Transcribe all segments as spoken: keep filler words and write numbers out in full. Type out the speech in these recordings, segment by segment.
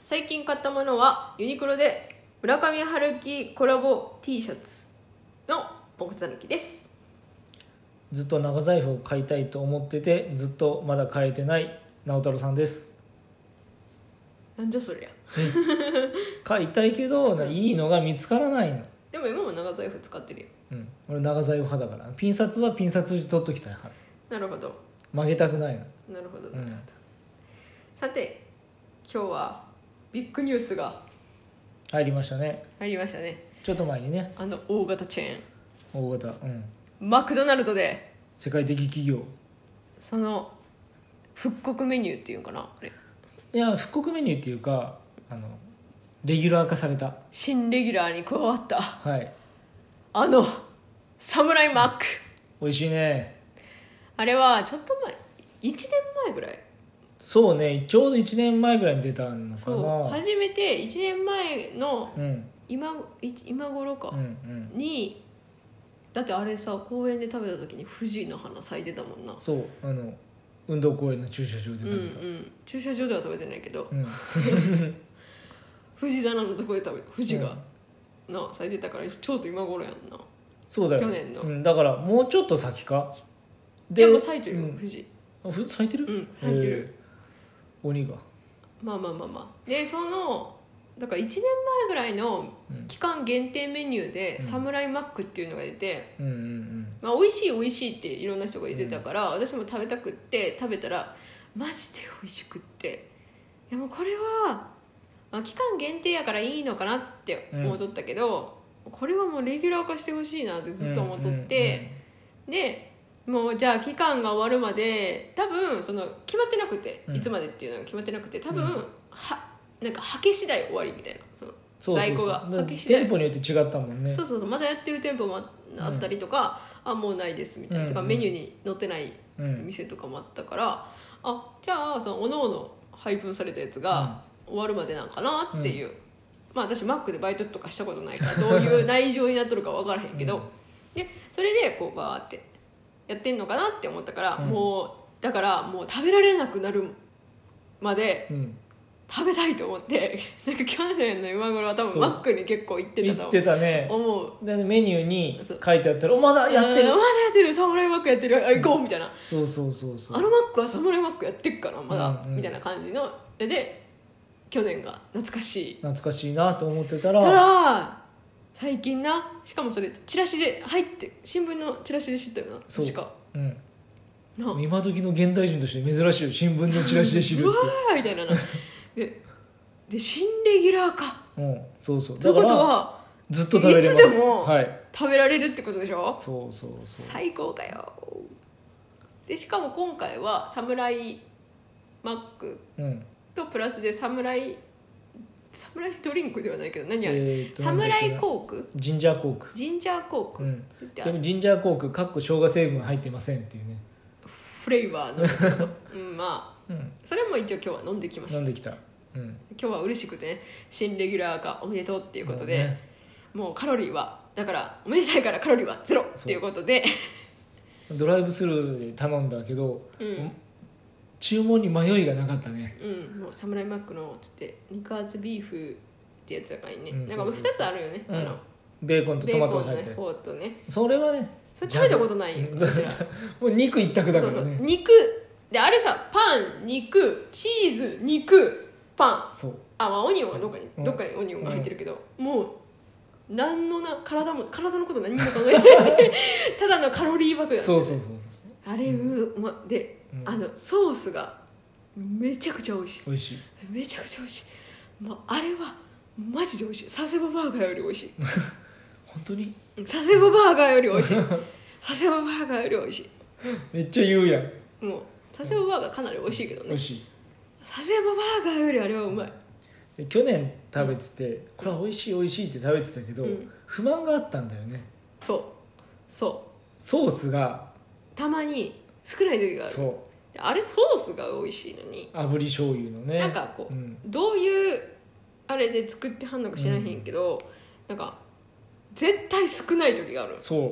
最近買ったものはユニクロで村上春樹コラボ T シャツのポンコツ抜きです。 ずっと長財布を買いたいと思っててずっとまだ買えてない直太朗さんです。 なんじゃそりゃ買いたいけど、うん、いいのが見つからないの。 でも今も長財布使ってるよ。 うん、俺長財布派だからピン札はピン札取っときたい派。 なるほど、 曲げたくないの。 なるほどなるほど、 うん、 さて今日はビッグニュースが入りましたね。 入りましたね。 ちょっと前にね、 あの大型チェーン大型、うん、 マクドナルドで世界的企業、 その復刻メニューっていうのかな、あれいや復刻メニューっていうかあのレギュラー化された、 新レギュラーに加わったはいあのサムライマック。 美味しいね。 あれはちょっと前いちねんまえぐらい、 そうね、ちょうどいちねんまえぐらいに出たのかな。 そう初めていちねんまえのうん今、今頃か、 うんうん、 にだってあれさ公園で食べた時に富士の花咲いてたもんな。 そうあの運動公園の駐車場で食べた、 うんうん、駐車場では食べてないけど、 うん、 富士棚のところで食べ富士が、うん、な咲いてたからちょうど今頃やんな。 そうだよ去年の、 うん、だからもうちょっと先かでも咲いてるよ、 うん、 富士あふ咲いてる、 うん咲いてる。 鬼がまあまあまあまあでそのだからいちねんまえぐらいの期間限定メニューで、うん、サムライマックっていうのが出て、 うんうんうんまあ、美味しい美味しいっていろんな人が言ってたから、うん、私も食べたくって食べたらマジで美味しくって、いやもうこれは、まあ、期間限定やからいいのかなって思っとったけど、うん、これはもうレギュラー化してほしいなってずっと思っとって、うんうんうん、でもうじゃあ期間が終わるまで多分その決まってなくて、うん、いつまでっていうのが決まってなくて多分、うん、はなんかはけ次第終わりみたいな、その在庫がはけ次第店舗によって違ったもんね。 そうそうそう、まだやってる店舗もあったりとか、うん、あもうないですみたいな、うん、とかメニューに載ってない店とかもあったから、うん、あじゃあそのおのおの配分されたやつが終わるまでなんかなっていう、うん、まあ私マックでバイトとかしたことないからどういう内情になっとるか分からへんけど、うん、でそれでこうバーってやってんのかなって思ったから、うん、もうだからもう食べられなくなるまで、うん食べたいと思ってなんか去年の今頃は多分マックに結構行ってたと思う。 行ってたね。 思う。 でメニューに書いてあったらまだやってる、 まだやってるサムライマックやってる、あ行こうみたいな、 そうそうそうそう、 あのマックはサムライマックやってっからまだ、うんうん、みたいな感じので去年が懐かしい懐かしいなと思ってたらただ最近な、しかもそれチラシで入って新聞のチラシで知ったよな。 そう確か、 うんな今時の現代人として珍しいよ、新聞のチラシで知るってうわーみたいなで, で新レギュラーか、 うん、そうそうということはずっと食べれます。 いつでもはい食べられるってことでしょ。 そうそうそう、 最高かよ。でしかも今回はサムライマックとプラスでサムライサムライドリンクではないけど何あれ、えー、サムライコークジンジャーコークジンジャーコーク、うん、 でもジンジャーコークかっこ生姜成分入ってませんっていうねフレーバーのやつうんまあ、うん、それも一応今日は飲んできました。 飲んできた、うん、 今日は嬉しくてね、新レギュラー化おめでとうっていうことで、もう、ね、もうカロリーはだからおめでたいからカロリーはゼロっていうことでドライブスルーで頼んだけど、うん、注文に迷いがなかったね。 うん、もうサムライマックのつって肉厚ビーフってやつがいいね、うん、なんかふたつあるよね、うん、あのベーコンとトマトが入ったやつ、 ベーコンのね、ポートね、 それはねそれ食べたことないよ私らもう肉一択だからね。そうそう肉であれさ、パン、肉、チーズ、肉、パン、そうあ、まあ、オニオンはどっかに、うん、どっかにオニオンが入ってるけど、うん、もう何のな体も体のこと何にも考えないただのカロリー爆弾。 そうそうそうそうあれ、うん、ま、で、うん、あのソースがめちゃくちゃ美味しい。 美味しい。 めちゃくちゃ美味しい。もうあれはマジで美味しい。佐世保バーガーより美味しい本当に佐世保バーガーより美味しい佐世保バーガーより美味しいめっちゃ言うやん。 もう佐世保バーガーかなり美味しいけどね。 美味しい。 佐世保バーガーよりあれはうまい。 で去年食べてて、うん、これは美味しい美味しいって食べてたけど、うん、不満があったんだよね。 そうそうソースがたまに少ない時がある。そうあれソースが美味しいのに炙り醤油のね、 なんかこう、うん、どういうあれで作ってはんのか知らへんけど、うん、なんか絶対少ない時がある。 そう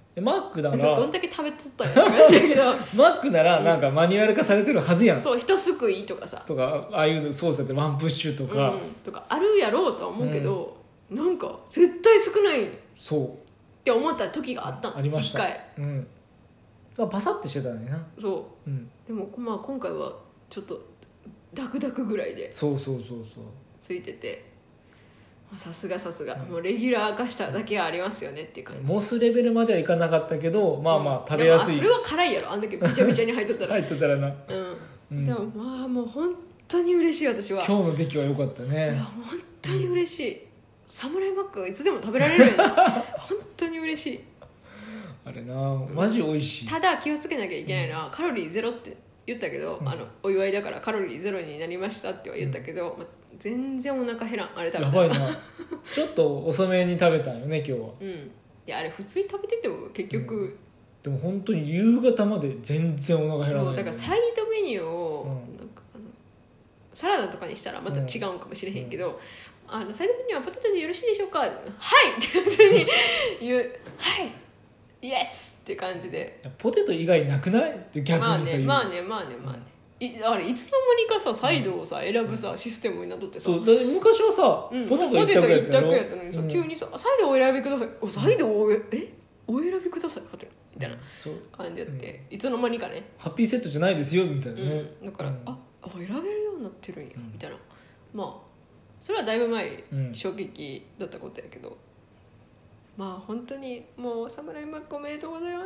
でマックだかどんらだけ食べとったんやって感じだけどマックならなんかマニュアル化されてるはずやん、 そう一すくいとかさとかああいう操作でワンプッシュとか、 うん、とかあるやろうとは思うけど、うん、なんか絶対少ないっそうて思った時があったの。 ありました。 一回、 うん、だからパサッてしてたのにな。 そう、 うん、 でも、まあ、今回はちょっとダクダクぐらいでそうそうそうそうついてて、さすがさすが、もうレギュラー化しただけはありますよねっていう感じ。 モスレベルまではいかなかったけど、まあまあ食べうん、 やすい。 でもそれは辛いやろ、あんだけびちゃびちゃに入っとったら入ってたらな、 うんうん、 でもまあもう本当に嬉しい。私は今日の出来は良かったいね。 や本当に嬉しい、うん、サムライマックいつでも食べられるよね本当に嬉しい。 あれなマジ美味しい。 ただ気をつけなきゃいけないのは、うん、カロリーゼロって言ったけど、うん、あのお祝いだからカロリーゼロになりましたっては言ったけど、うんまあ、全然お腹減らんあれ食べたら。 やばいなちょっと遅めに食べたんよね今日は。 うん、いやあれ普通に食べてても結局、うん、 でも本当に夕方まで全然お腹減らない。 そうだからサイドメニューを、うん、なんかあのサラダとかにしたらまた違うかもしれへんけど、うん、あのサイドメニューはポテトでよろしいでしょうか、はいって普通に言うはいイエスって感じで。 ポテト以外なくないって逆にさ、 まあねまあねまあねまあね、うん、いあれいつの間にかさサイドをさ選ぶさ、うん、システムになっとってさ、 そうだ昔はさ、うん、ポテト一択やったやったのにさ、うん、急にさサイドをお選びください、おサイドをおえお選びくださいみたいな感じやって、うん、いつの間にかねハッピーセットじゃないですよみたいなね、 うん、だから、うん、ああ選べるようになってるんや、みたいな。まあそれはだいぶ前、うん、衝撃だったことやけど、まあ本当にもうサムライマックおめでとうございます。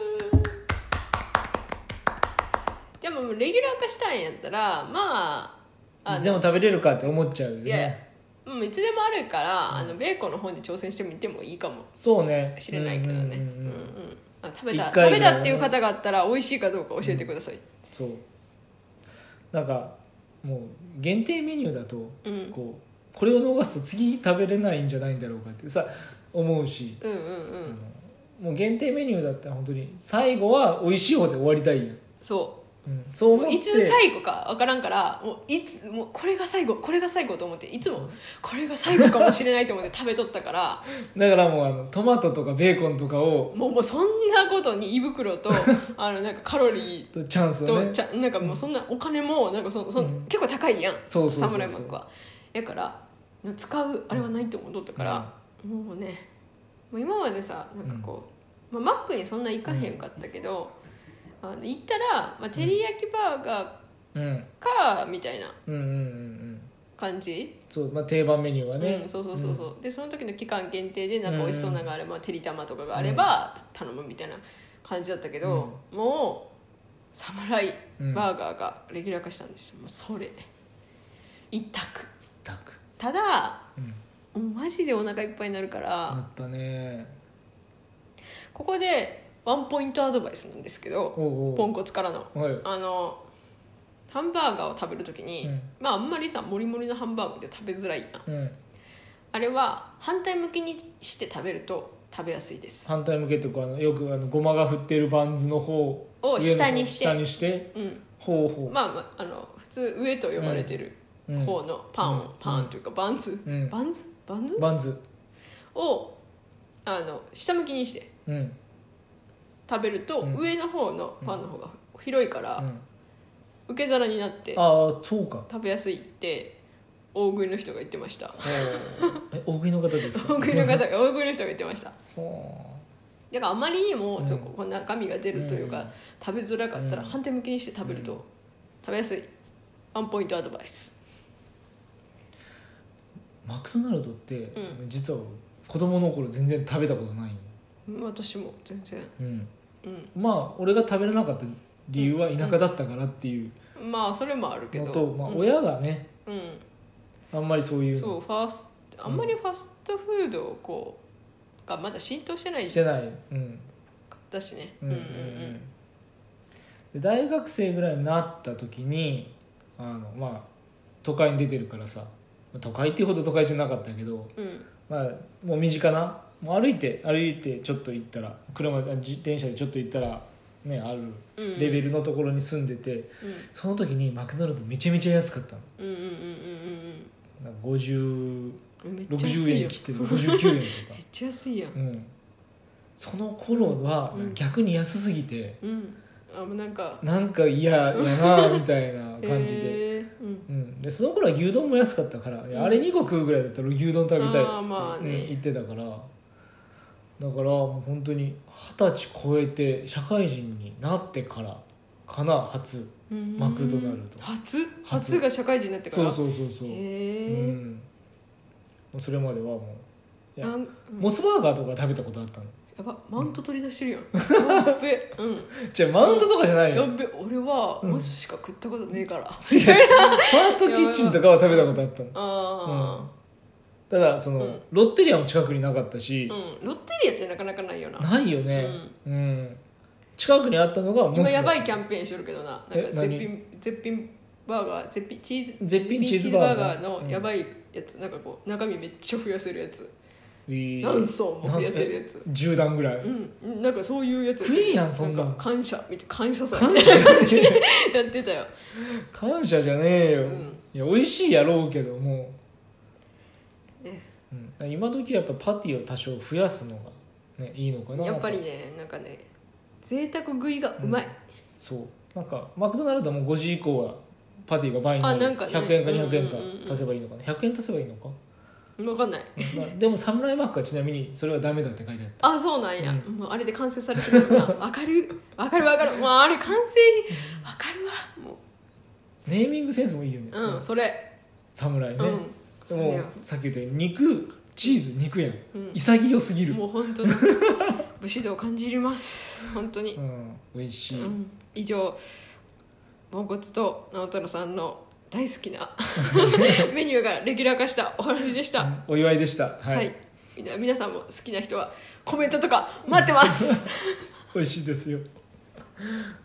でもレギュラー化したんやったらまあいつでも食べれるかって思っちゃうよね。 いやうん、いつでもあるから、うん、あのベーコンの方に挑戦してみてもいいかもそうねしれないけどね食べた食べたっていう方があったら美味しいかどうか教えてください、うん、 そうなんかもう限定メニューだと、うん、こうこれを逃すと次食べれないんじゃないんだろうかってさ思うし、うんうんうん、もう限定メニューだったら本当に最後は美味しい方で終わりたいやん。 そううん、そう思っていつ最後か分からんからもういつもうこれが最後これが最後と思っていつもこれが最後かもしれないと思って食べとったからだからもうあのトマトとかベーコンとかをもうもうそんなことに胃袋とあのなんかカロリーとチャンスをねとちゃなんかもうそんなお金もなんかそそ、うん、結構高いやんサムライマックは。だから使うあれはないと思っとったから、うん、もうねもう今までさなんかこう、うんまあ、マックにそんな行かへんかったけど、うんあの行ったら、まあ、照り焼きバーガーか、うん、みたいな感じ、 そう、まあ、定番メニューはね、 うん、そうそうそうそう、うん、でその時の期間限定でなんか美味しそうなのがあれば、うん、てりたまとかがあれば頼むみたいな感じだったけど、うん、もうサムライバーガーがレギュラー化したんですよ。もうそれ一択ただ、うん、マジでお腹いっぱいになるからなったね。 ここでワンポイントアドバイスなんですけど、おうおうポンコツからの、はい、あのハンバーガーを食べるときに、うん、まああんまりさモリモリのハンバーガーで食べづらいな、うん、あれは反対向きにして食べると食べやすいです。 反対向けっていうかあのよくあのごまが振ってるバンズの方を下にして下にして、うん、ほうほうまあ、まあ、あの普通上と呼ばれてる方のパン、うん、パンというかバンズ、うん、バンズバンズバンズをあの下向きにして、うん食べると、うん、上の方のパンの方が広いから、うん、受け皿になってああそうか食べやすいって大食いの人が言ってました。 え大食いの方ですか？ 大食いの方が大食いの人が言ってました。だからあまりにもちょっとこう中身が出るというか、うん、食べづらかったら反対向きにして食べると食べやすいワンポイントアドバイス。 マクドナルドって、うん、実は子供の頃全然食べたことない。 私も全然、 うんうん、まあ俺が食べれなかった理由は田舎だったからっていう、 うんうん、まあそれもあるけどと、まあ、親がね、うん、あんまりそういうそうファースあんまりファストフードをこうがまだ浸透してないしてない、うん、 だしね、 うんうんうん、で大学生ぐらいになった時にあのまあ都会に出てるからさ都会っていうほど都会じゃなかったけど、うんまあ、もう身近なもう歩いて歩いてちょっと行ったら車自転車でちょっと行ったら、ね、あるレベルのところに住んでて、うん、その時にマクドナルドめちゃめちゃ安かったの、うんうんうんうん、なんかごじゅう、ろくじゅうえん切ってろくじゅうきゅうえんとかめっちゃ安いやん、 うん、 その頃は逆に安すぎて、 うん、あもうなんかなんか嫌やなみたいな感じで、 えーうんうん、でその頃は牛丼も安かったから、いやあれにこ食うぐらいだったら牛丼食べたいっつって、 あーまあねうん言ってたから、だからもう本当に二十歳超えて社会人になってからかな、初マクドナルド初初が社会人になってから。 そうそうそうそう、 へーうん、もうそれまではもういや、 なんうんモスバーガーとか食べたことあったの。 やばマウント取り出してるやん、やっべ、うん、 じゃあマウントとかじゃないよ、 やっべ俺はモスしか食ったことねえから、 違うファーストキッチンとかは食べたことあったの。 あうんただその、 うんロッテリアも近くになかったし、 あ、うん、ロッテリアってなかなかないよな。 ないよね、うん近くにあったのがモス今やばいキャンペーンしてるけどな、なんかえ絶何品絶品バーガー、絶品チーズ絶品チーズバーガーのやばいやつ、なんかこう中身めっちゃ増やせるやつ、 えー何層も増やせるやつ、 じゅう段ぐらい、 うん、なんかそういうやつ食えやんそんなんか感謝みたいな、感謝祭感謝じゃねえやってたよ。 感謝じゃねえよ、 うんいや美味しいやろうけども、 ね、 うん、今時はやっぱパティを多少増やすのが、ね、いいのかな。 やっぱりね、なんかね贅沢食いがうまい、 うんそうなんかマクドナルドもごじ以降はパティが倍になる、 あなんかねひゃくえんかにひゃくえんかうんうんうんうん足せばいいのかな、ひゃくえん足せばいいのか、 分かんないまあ、でもサムライマックはちなみにそれはダメだって書いてあった。 あそうなんや、 うもうあれで完成されてるんだ分かる分かる分かる、もうあれ完成分かるわもネーミングセンスもいいよね、 う、うん、それサムライね、 うんでそれよもさっき言ったように肉チーズ肉やん、 うん潔すぎる、 もう本当に武士道を感じます本当に、 うん、美味しい、 うん、以上ポンコツと直太朗さんの大好きなメニューがレギュラー化したお話でした、 お祝いでした、はいはい、みな皆さんも好きな人はコメントとか待ってます美味しいですよ。